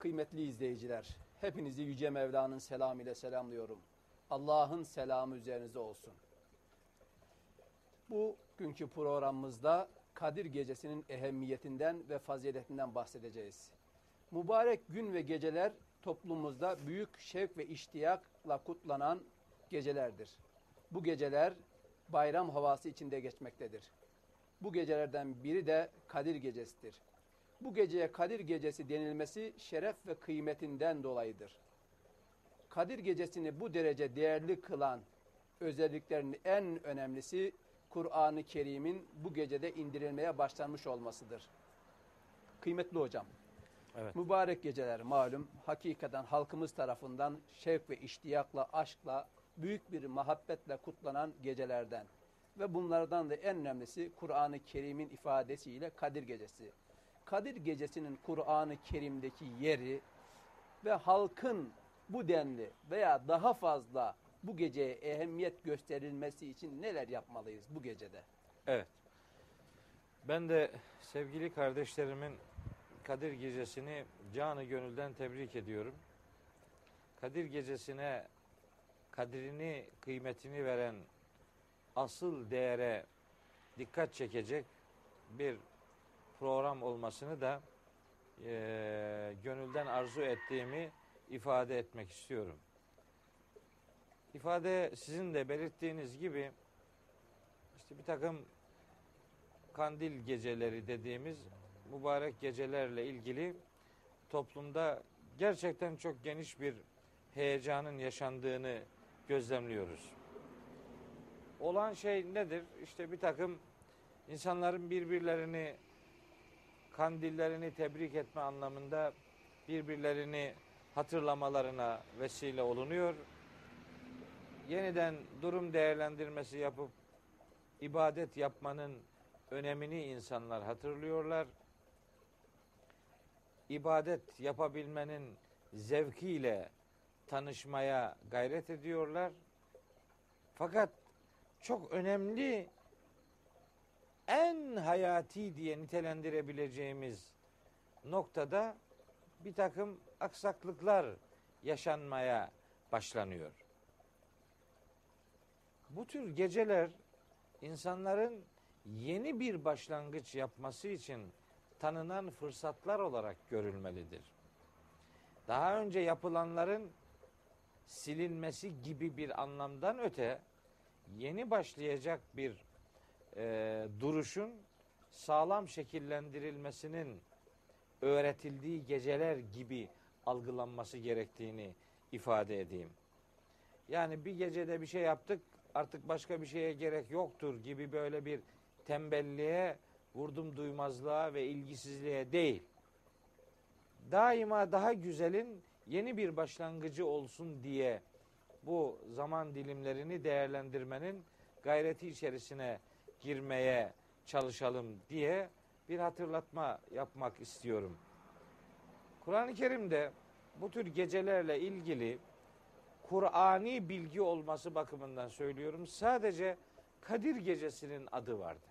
Kıymetli izleyiciler, hepinizi Yüce Mevla'nın selamı ile selamlıyorum. Allah'ın selamı üzerinize olsun. Bugünkü programımızda Kadir Gecesi'nin ehemmiyetinden ve faziletinden bahsedeceğiz. Mübarek gün ve geceler toplumumuzda büyük şevk ve iştiyakla kutlanan gecelerdir. Bu geceler bayram havası içinde geçmektedir. Bu gecelerden biri de Kadir Gecesi'dir. Bu geceye Kadir Gecesi denilmesi şeref ve kıymetinden dolayıdır. Kadir Gecesi'ni bu derece değerli kılan özelliklerinin en önemlisi Kur'an-ı Kerim'in bu gecede indirilmeye başlanmış olmasıdır. Kıymetli hocam, evet. Mübarek geceler malum hakikaten halkımız tarafından şevk ve iştiyakla, aşkla, büyük bir muhabbetle kutlanan gecelerden ve bunlardan da en önemlisi Kur'an-ı Kerim'in ifadesiyle Kadir Gecesi. Kadir Gecesi'nin Kur'an-ı Kerim'deki yeri ve halkın bu denli veya daha fazla bu geceye ehemmiyet gösterilmesi için neler yapmalıyız bu gecede? Evet. Ben de sevgili kardeşlerimin Kadir Gecesi'ni canı gönülden tebrik ediyorum. Kadir Gecesi'ne kadrini, kıymetini veren asıl değere dikkat çekecek bir program olmasını da gönülden arzu ettiğimi ifade etmek istiyorum. Sizin de belirttiğiniz gibi işte bir takım kandil geceleri dediğimiz mübarek gecelerle ilgili toplumda gerçekten çok geniş bir heyecanın yaşandığını gözlemliyoruz. Olan şey nedir? İşte bir takım insanların birbirlerini, kandillerini tebrik etme anlamında birbirlerini hatırlamalarına vesile olunuyor. Yeniden durum değerlendirmesi yapıp ibadet yapmanın önemini insanlar hatırlıyorlar. İbadet yapabilmenin zevkiyle tanışmaya gayret ediyorlar. Fakat çok önemli, en hayati diye nitelendirebileceğimiz noktada bir takım aksaklıklar yaşanmaya başlanıyor. Bu tür geceler insanların yeni bir başlangıç yapması için tanınan fırsatlar olarak görülmelidir. Daha önce yapılanların silinmesi gibi bir anlamdan öte yeni başlayacak bir duruşun sağlam şekillendirilmesinin öğretildiği geceler gibi algılanması gerektiğini ifade edeyim. Yani bir gecede bir şey yaptık, artık başka bir şeye gerek yoktur gibi böyle bir tembelliğe, vurdum duymazlığa ve ilgisizliğe değil. Daima daha güzelin yeni bir başlangıcı olsun diye bu zaman dilimlerini değerlendirmenin gayreti içerisine girmeye çalışalım diye bir hatırlatma yapmak istiyorum. Kur'an-ı Kerim'de bu tür gecelerle ilgili Kur'ani bilgi olması bakımından söylüyorum. Sadece Kadir Gecesi'nin adı vardır.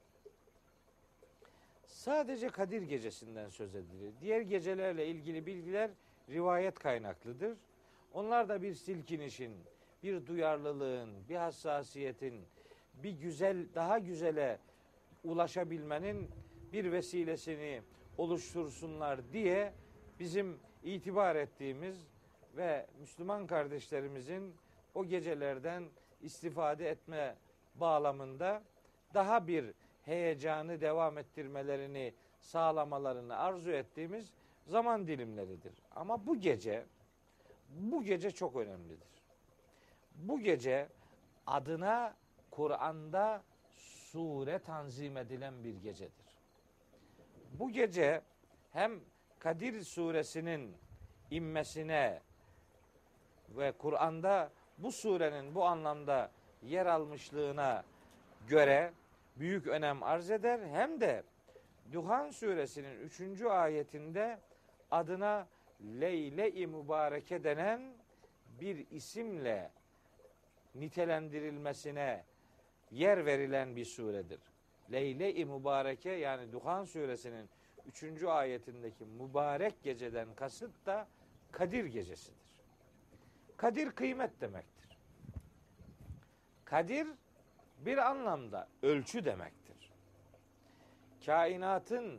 Sadece Kadir Gecesi'nden söz edilir. Diğer gecelerle ilgili bilgiler rivayet kaynaklıdır. Onlar da bir silkinişin, bir duyarlılığın, bir hassasiyetin, bir güzel, daha güzele ulaşabilmenin bir vesilesini oluştursunlar diye bizim itibar ettiğimiz ve Müslüman kardeşlerimizin o gecelerden istifade etme bağlamında daha bir heyecanı devam ettirmelerini sağlamalarını arzu ettiğimiz zaman dilimleridir. Ama bu gece çok önemlidir. Bu gece adına Kur'an'da sure tanzim edilen bir gecedir. Bu gece hem Kadir suresinin inmesine ve Kur'an'da bu surenin bu anlamda yer almışlığına göre büyük önem arz eder, hem de Duhan suresinin 3. ayetinde adına Leyle-i Mübareke denen bir isimle nitelendirilmesine yer verilen bir suredir. Leyle-i Mübareke, yani Duhan suresinin 3. ayetindeki mübarek geceden kasıt da Kadir gecesidir. Kadir kıymet demektir. Kadir bir anlamda ölçü demektir. Kainatın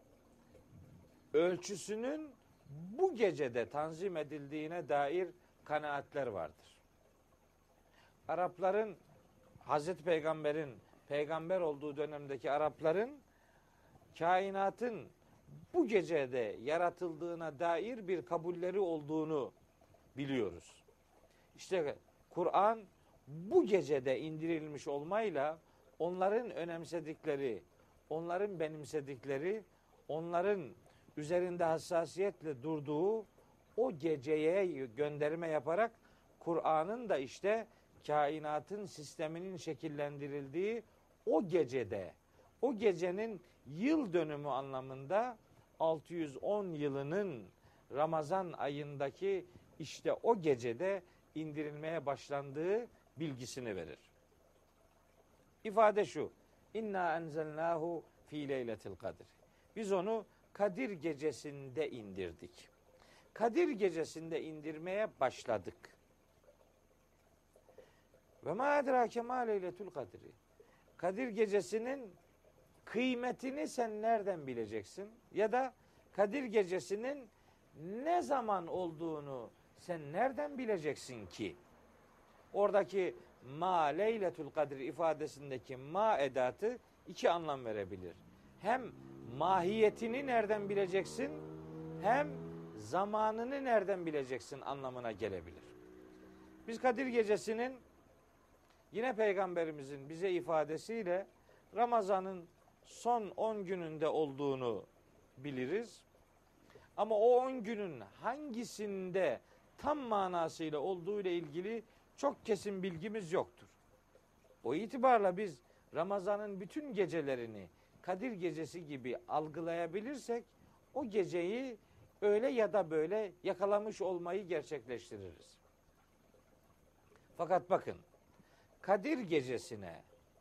ölçüsünün bu gecede tanzim edildiğine dair kanaatler vardır. Arapların, Hazreti Peygamber'in peygamber olduğu dönemdeki Arapların kainatın bu gecede yaratıldığına dair bir kabulleri olduğunu biliyoruz. İşte Kur'an bu gecede indirilmiş olmayla onların önemsedikleri, onların benimsedikleri, onların üzerinde hassasiyetle durduğu o geceye gönderme yaparak Kur'an'ın da işte kainatın sisteminin şekillendirildiği o gecede, o gecenin yıl dönümü anlamında 610 yılının Ramazan ayındaki işte o gecede indirilmeye başlandığı bilgisini verir. İfade şu: İnna enzelnahu fi leyletil kadir. Biz onu Kadir gecesinde indirdik. Kadir gecesinde indirmeye başladık. Ve ma edrake ma leyletul kadri. Kadir gecesinin kıymetini sen nereden bileceksin? Ya da Kadir gecesinin ne zaman olduğunu sen nereden bileceksin ki? Oradaki ma leyletul kadir ifadesindeki ma edatı iki anlam verebilir. Hem mahiyetini nereden bileceksin, hem zamanını nereden bileceksin anlamına gelebilir. Biz Kadir gecesinin yine Peygamberimizin bize ifadesiyle Ramazan'ın son 10 gününde olduğunu biliriz. Ama o 10 günün hangisinde tam manasıyla olduğu ile ilgili çok kesin bilgimiz yoktur. O itibarla biz Ramazan'ın bütün gecelerini Kadir gecesi gibi algılayabilirsek o geceyi öyle ya da böyle yakalamış olmayı gerçekleştiririz. Fakat bakın, Kadir gecesine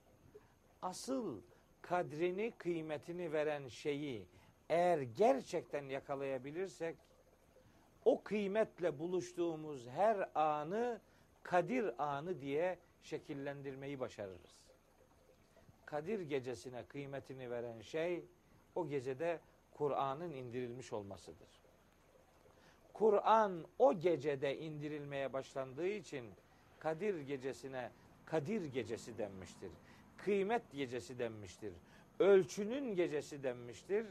asıl kadrini, kıymetini veren şeyi eğer gerçekten yakalayabilirsek o kıymetle buluştuğumuz her anı Kadir anı diye şekillendirmeyi başarırız. Kadir gecesine kıymetini veren şey o gecede Kur'an'ın indirilmiş olmasıdır. Kur'an o gecede indirilmeye başlandığı için Kadir gecesine Kadir gecesi denmiştir. Kıymet gecesi denmiştir. Ölçünün gecesi denmiştir.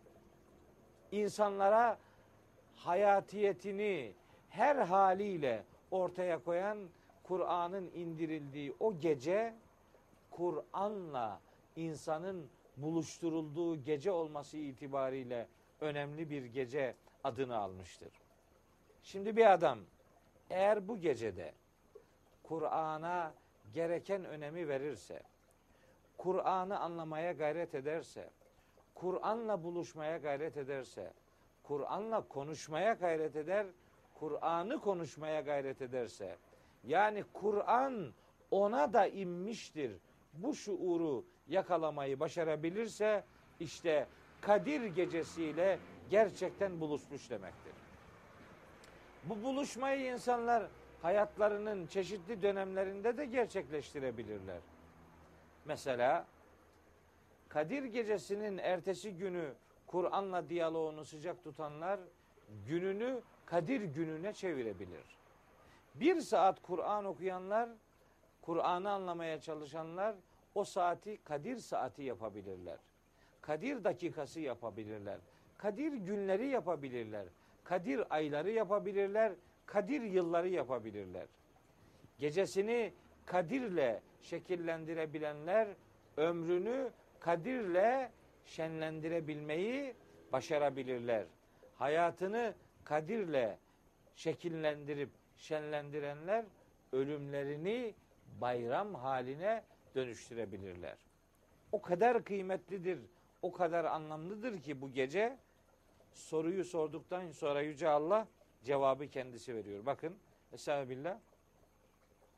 İnsanlara hayatiyetini her haliyle ortaya koyan Kur'an'ın indirildiği o gece, Kur'an'la insanın buluşturulduğu gece olması itibariyle önemli bir gece adını almıştır. Şimdi bir adam eğer bu gecede Kur'an'a gereken önemi verirse, Kur'an'ı anlamaya gayret ederse, Kur'an'la buluşmaya gayret ederse, Kur'an'la konuşmaya gayret eder, Kur'an'ı konuşmaya gayret ederse, yani Kur'an ona da inmiştir, bu şuuru yakalamayı başarabilirse, işte Kadir gecesiyle gerçekten buluşmuş demektir. Bu buluşmayı insanlar hayatlarının çeşitli dönemlerinde de gerçekleştirebilirler. Mesela Kadir gecesinin ertesi günü Kur'an'la diyaloğunu sıcak tutanlar gününü Kadir gününe çevirebilir. 1 saat Kur'an okuyanlar, Kur'an'ı anlamaya çalışanlar o saati Kadir saati yapabilirler. Kadir dakikası yapabilirler. Kadir günleri yapabilirler. Kadir ayları yapabilirler. Kadir yılları yapabilirler. Gecesini Kadir'le şekillendirebilenler ömrünü Kadir'le şenlendirebilmeyi başarabilirler. Hayatını Kadir'le şekillendirip şenlendirenler ölümlerini bayram haline dönüştürebilirler. O kadar kıymetlidir, o kadar anlamlıdır ki bu gece soruyu sorduktan sonra Yüce Allah cevabı kendisi veriyor. Bakın, Estağfirullah.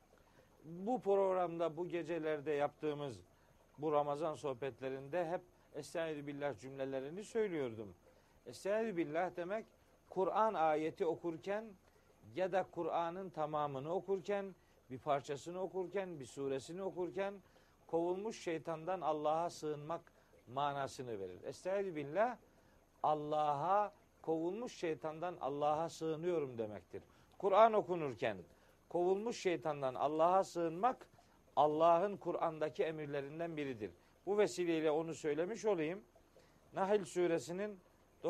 Bu programda bu gecelerde yaptığımız bu Ramazan sohbetlerinde hep Estaizu billah cümlelerini söylüyordum. Estaizu billah demek Kur'an ayeti okurken ya da Kur'an'ın tamamını okurken, bir parçasını okurken, bir suresini okurken kovulmuş şeytandan Allah'a sığınmak manasını verir. Estaizu billah Allah'a, kovulmuş şeytandan Allah'a sığınıyorum demektir. Kur'an okunurken kovulmuş şeytandan Allah'a sığınmak Allah'ın Kur'an'daki emirlerinden biridir. Bu vesileyle onu söylemiş olayım. Nahl suresinin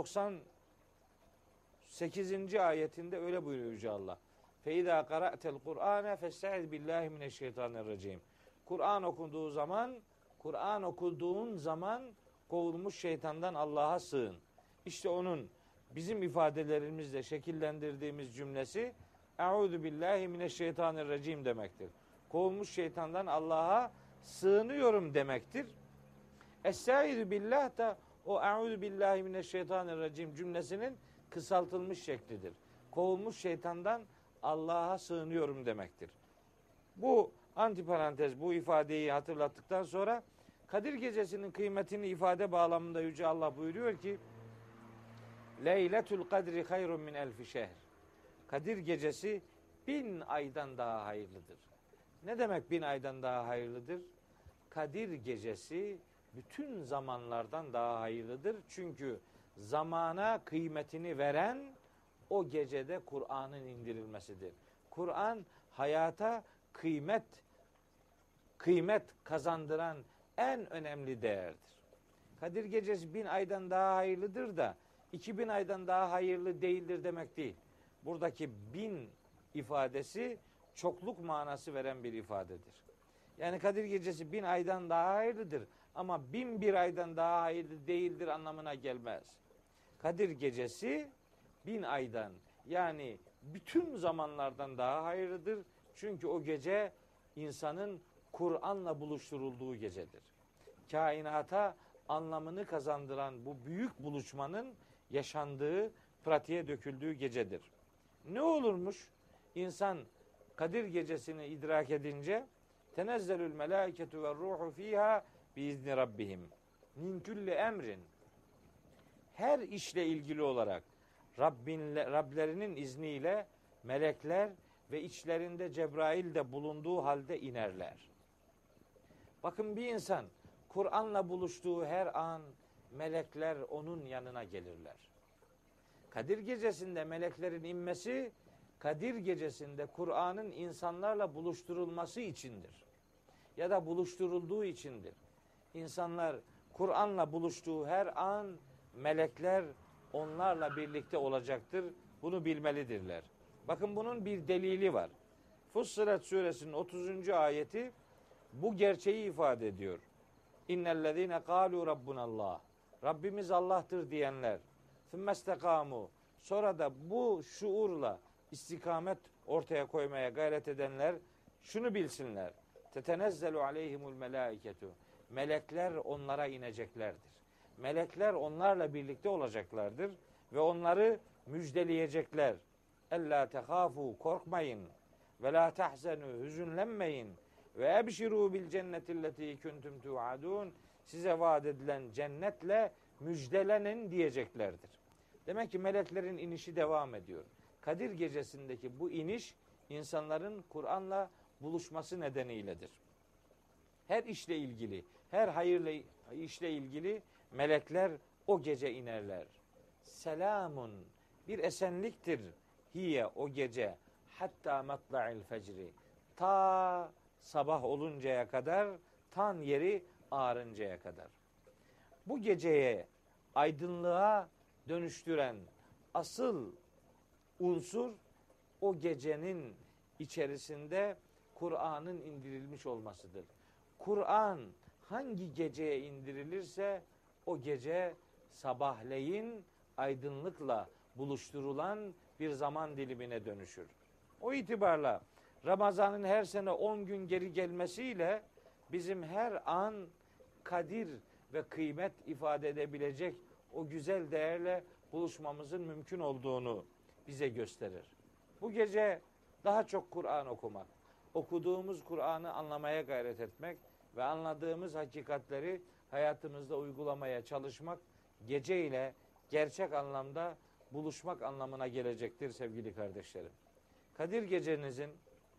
98. ayetinde öyle buyuruyor Yüce Allah. فَاِذَا قَرَأْتَ الْقُرْآنَ فَاسْتَعِذْ بِاللّٰهِ مِنَ الشَّيْطَانِ الرَّجِيمِ Kur'an okuduğun zaman kovulmuş şeytandan Allah'a sığın. İşte onun bizim ifadelerimizle şekillendirdiğimiz cümlesi Euzu billahi mineşşeytanirracim demektir. Kovulmuş şeytandan Allah'a sığınıyorum demektir. Estaizu billah da o Euzu billahi mineşşeytanirracim cümlesinin kısaltılmış şeklidir. Kovulmuş şeytandan Allah'a sığınıyorum demektir. Bu antiparantez, bu ifadeyi hatırlattıktan sonra Kadir Gecesi'nin kıymetini ifade bağlamında Yüce Allah buyuruyor ki Leyletül Kadri hayrun min elfi şehr. Kadir Gecesi 1000 aydan daha hayırlıdır. Ne demek 1000 aydan daha hayırlıdır? Kadir Gecesi bütün zamanlardan daha hayırlıdır. Çünkü zamana kıymetini veren o gecede Kur'an'ın indirilmesidir. Kur'an hayata kıymet kazandıran en önemli değerdir. Kadir Gecesi 1000 aydan daha hayırlıdır da 2000 aydan daha hayırlı değildir demek değil. Buradaki 1000 ifadesi çokluk manası veren bir ifadedir. Yani Kadir Gecesi 1000 aydan daha hayırlıdır ama 1001 aydan daha hayırlı değildir anlamına gelmez. Kadir Gecesi 1000 aydan yani bütün zamanlardan daha hayırlıdır. Çünkü o gece insanın Kur'an'la buluşturulduğu gecedir. Kainata anlamını kazandıran bu büyük buluşmanın yaşandığı, pratiğe döküldüğü gecedir. Ne olurmuş? İnsan Kadir Gecesi'ni idrak edince tenezzelül melâiketu ve ruhu fîhâ biizni rabbihim min külli emrin. Her işle ilgili olarak Rablerinin izniyle melekler ve içlerinde Cebrail de bulunduğu halde inerler. Bakın bir insan Kur'an'la buluştuğu her an melekler onun yanına gelirler. Kadir Gecesi'nde meleklerin inmesi, Kadir Gecesi'nde Kur'an'ın insanlarla buluşturulması içindir. Ya da buluşturulduğu içindir. İnsanlar Kur'an'la buluştuğu her an melekler onlarla birlikte olacaktır. Bunu bilmelidirler. Bakın bunun bir delili var. Fussilet suresinin 30. ayeti bu gerçeği ifade ediyor. İnnellezîne kâlû rabbunallah. Rabbimiz Allah'tır diyenler. Fümmestekâmû. Sonra da bu şuurla istikamet ortaya koymaya gayret edenler şunu bilsinler. Tetenezzelu aleyhimul melâiketu. Melekler onlara ineceklerdir. Melekler onlarla birlikte olacaklardır ve onları müjdeleyecekler. Ellâ tehâfû, korkmayın. Ve lâ tahzenû, hüzünlenmeyin. Ve ebşirû bil cennetilleti kuntum tu'adûn. Size vaat edilen cennetle müjdelenin diyeceklerdir. Demek ki meleklerin inişi devam ediyor. Kadir Gecesi'ndeki bu iniş insanların Kur'an'la buluşması nedeniyledir. Her işle ilgili, her hayırlı işle ilgili melekler o gece inerler. Selamun, bir esenliktir hiye o gece, hatta matla'il fecri, ta sabah oluncaya kadar, tan yeri ağarıncaya kadar. Bu geceye aydınlığa dönüştüren asıl unsur o gecenin içerisinde Kur'an'ın indirilmiş olmasıdır. Kur'an hangi geceye indirilirse o gece sabahleyin aydınlıkla buluşturulan bir zaman dilimine dönüşür. O itibarla Ramazan'ın her sene 10 gün geri gelmesiyle bizim her an kadir ve kıymet ifade edebilecek o güzel değerle buluşmamızın mümkün olduğunu bize gösterir. Bu gece daha çok Kur'an okumak, okuduğumuz Kur'an'ı anlamaya gayret etmek ve anladığımız hakikatleri hayatımızda uygulamaya çalışmak gece ile gerçek anlamda buluşmak anlamına gelecektir sevgili kardeşlerim. Kadir gecenizin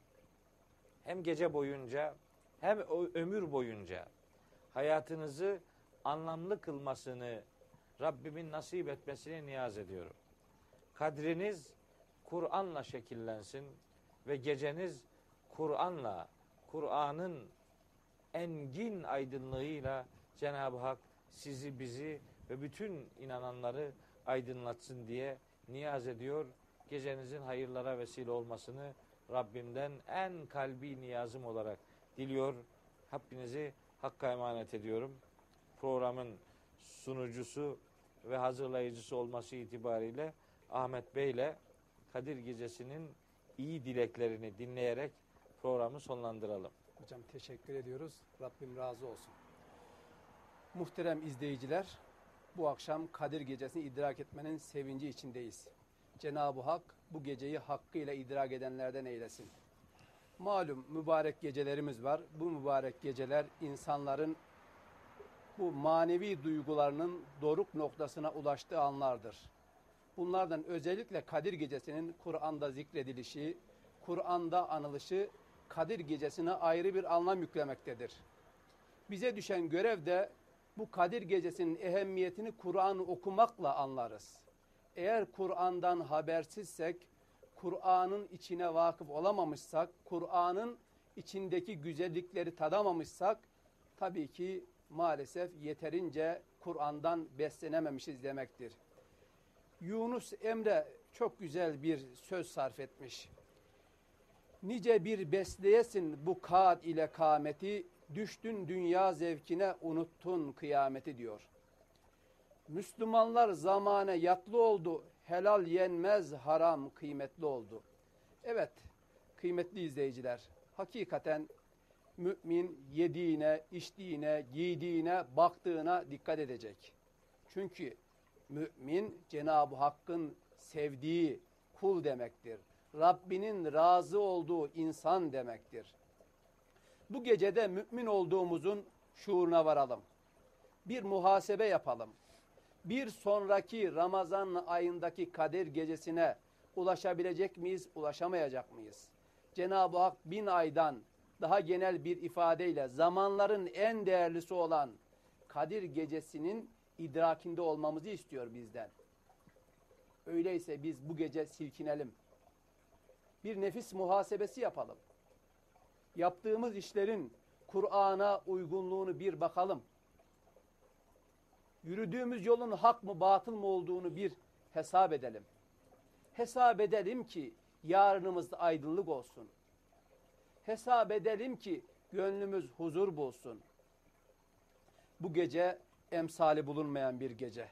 hem gece boyunca hem ömür boyunca hayatınızı anlamlı kılmasını Rabbimin nasip etmesini niyaz ediyorum. Kadriniz Kur'an'la şekillensin ve geceniz Kur'an'la, Kur'an'ın engin aydınlığıyla Cenab-ı Hak sizi, bizi ve bütün inananları aydınlatsın diye niyaz ediyor. Gecenizin hayırlara vesile olmasını Rabbimden en kalbi niyazım olarak diliyor. Hepinizi Hakk'a emanet ediyorum. Programın sunucusu ve hazırlayıcısı olması itibariyle Ahmet Bey ile Kadir Gecesi'nin iyi dileklerini dinleyerek programı sonlandıralım. Hocam teşekkür ediyoruz. Rabbim razı olsun. Muhterem izleyiciler, bu akşam Kadir Gecesi'ni idrak etmenin sevinci içindeyiz. Cenab-ı Hak bu geceyi hakkıyla idrak edenlerden eylesin. Malum mübarek gecelerimiz var. Bu mübarek geceler insanların bu manevi duygularının doruk noktasına ulaştığı anlardır. Bunlardan özellikle Kadir Gecesi'nin Kur'an'da zikredilişi, Kur'an'da anılışı Kadir Gecesi'ne ayrı bir anlam yüklemektedir. Bize düşen görev de bu Kadir Gecesi'nin ehemmiyetini Kur'an'ı okumakla anlarız. Eğer Kur'an'dan habersizsek, Kur'an'ın içine vakıf olamamışsak, Kur'an'ın içindeki güzellikleri tadamamışsak, tabii ki maalesef yeterince Kur'an'dan beslenememişiz demektir. Yunus Emre çok güzel bir söz sarf etmiş. Nice bir besleyesin bu kad ile kâmeti, düştün dünya zevkine unuttun kıyameti diyor. Müslümanlar zamane yatlı oldu, helal yenmez haram kıymetli oldu. Evet kıymetli izleyiciler, hakikaten mümin yediğine, içtiğine, giydiğine, baktığına dikkat edecek. Çünkü mümin Cenab-ı Hakk'ın sevdiği kul demektir. Rabbinin razı olduğu insan demektir. Bu gecede mümin olduğumuzun şuuruna varalım. Bir muhasebe yapalım. Bir sonraki Ramazan ayındaki Kadir Gecesi'ne ulaşabilecek miyiz, ulaşamayacak mıyız? Cenab-ı Hak 1000 aydan daha genel bir ifadeyle zamanların en değerlisi olan Kadir Gecesi'nin idrakinde olmamızı istiyor bizden. Öyleyse biz bu gece silkinelim. Bir nefis muhasebesi yapalım. Yaptığımız işlerin Kur'an'a uygunluğunu bir bakalım. Yürüdüğümüz yolun hak mı batıl mı olduğunu bir hesap edelim. Hesap edelim ki yarınımızda aydınlık olsun. Hesap edelim ki gönlümüz huzur bulsun. Bu gece emsali bulunmayan bir gece.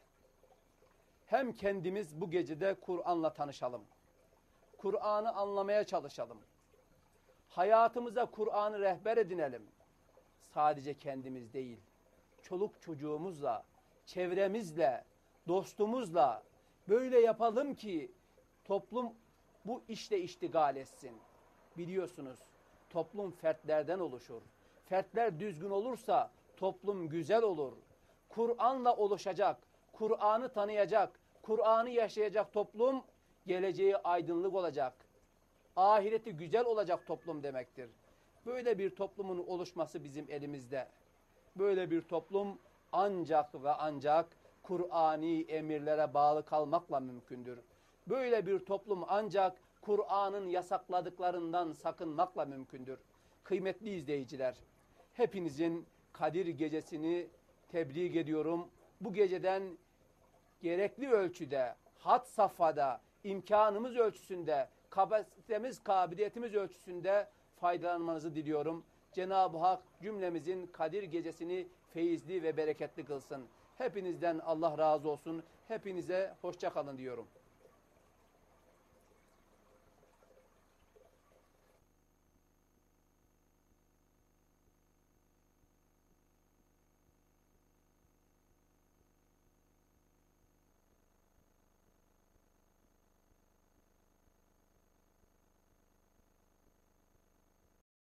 Hem kendimiz bu gecede Kur'an'la tanışalım. Kur'an'ı anlamaya çalışalım. Hayatımıza Kur'an'ı rehber edinelim. Sadece kendimiz değil, çoluk çocuğumuzla, çevremizle, dostumuzla böyle yapalım ki toplum bu işle iştigal etsin. Biliyorsunuz toplum fertlerden oluşur. Fertler düzgün olursa toplum güzel olur. Kur'an'la oluşacak, Kur'an'ı tanıyacak, Kur'an'ı yaşayacak toplum geleceği aydınlık olacak. Ahireti güzel olacak toplum demektir. Böyle bir toplumun oluşması bizim elimizde. Böyle bir toplum ancak ve ancak Kur'ani emirlere bağlı kalmakla mümkündür. Böyle bir toplum ancak Kur'an'ın yasakladıklarından sakınmakla mümkündür. Kıymetli izleyiciler, hepinizin Kadir Gecesi'ni tebrik ediyorum. Bu geceden gerekli ölçüde, had safhada, imkanımız ölçüsünde, kapasitemiz, kabiliyetimiz ölçüsünde faydalanmanızı diliyorum. Cenab-ı Hak cümlemizin Kadir Gecesi'ni feyizli ve bereketli kılsın. Hepinizden Allah razı olsun. Hepinize hoşça kalın diyorum.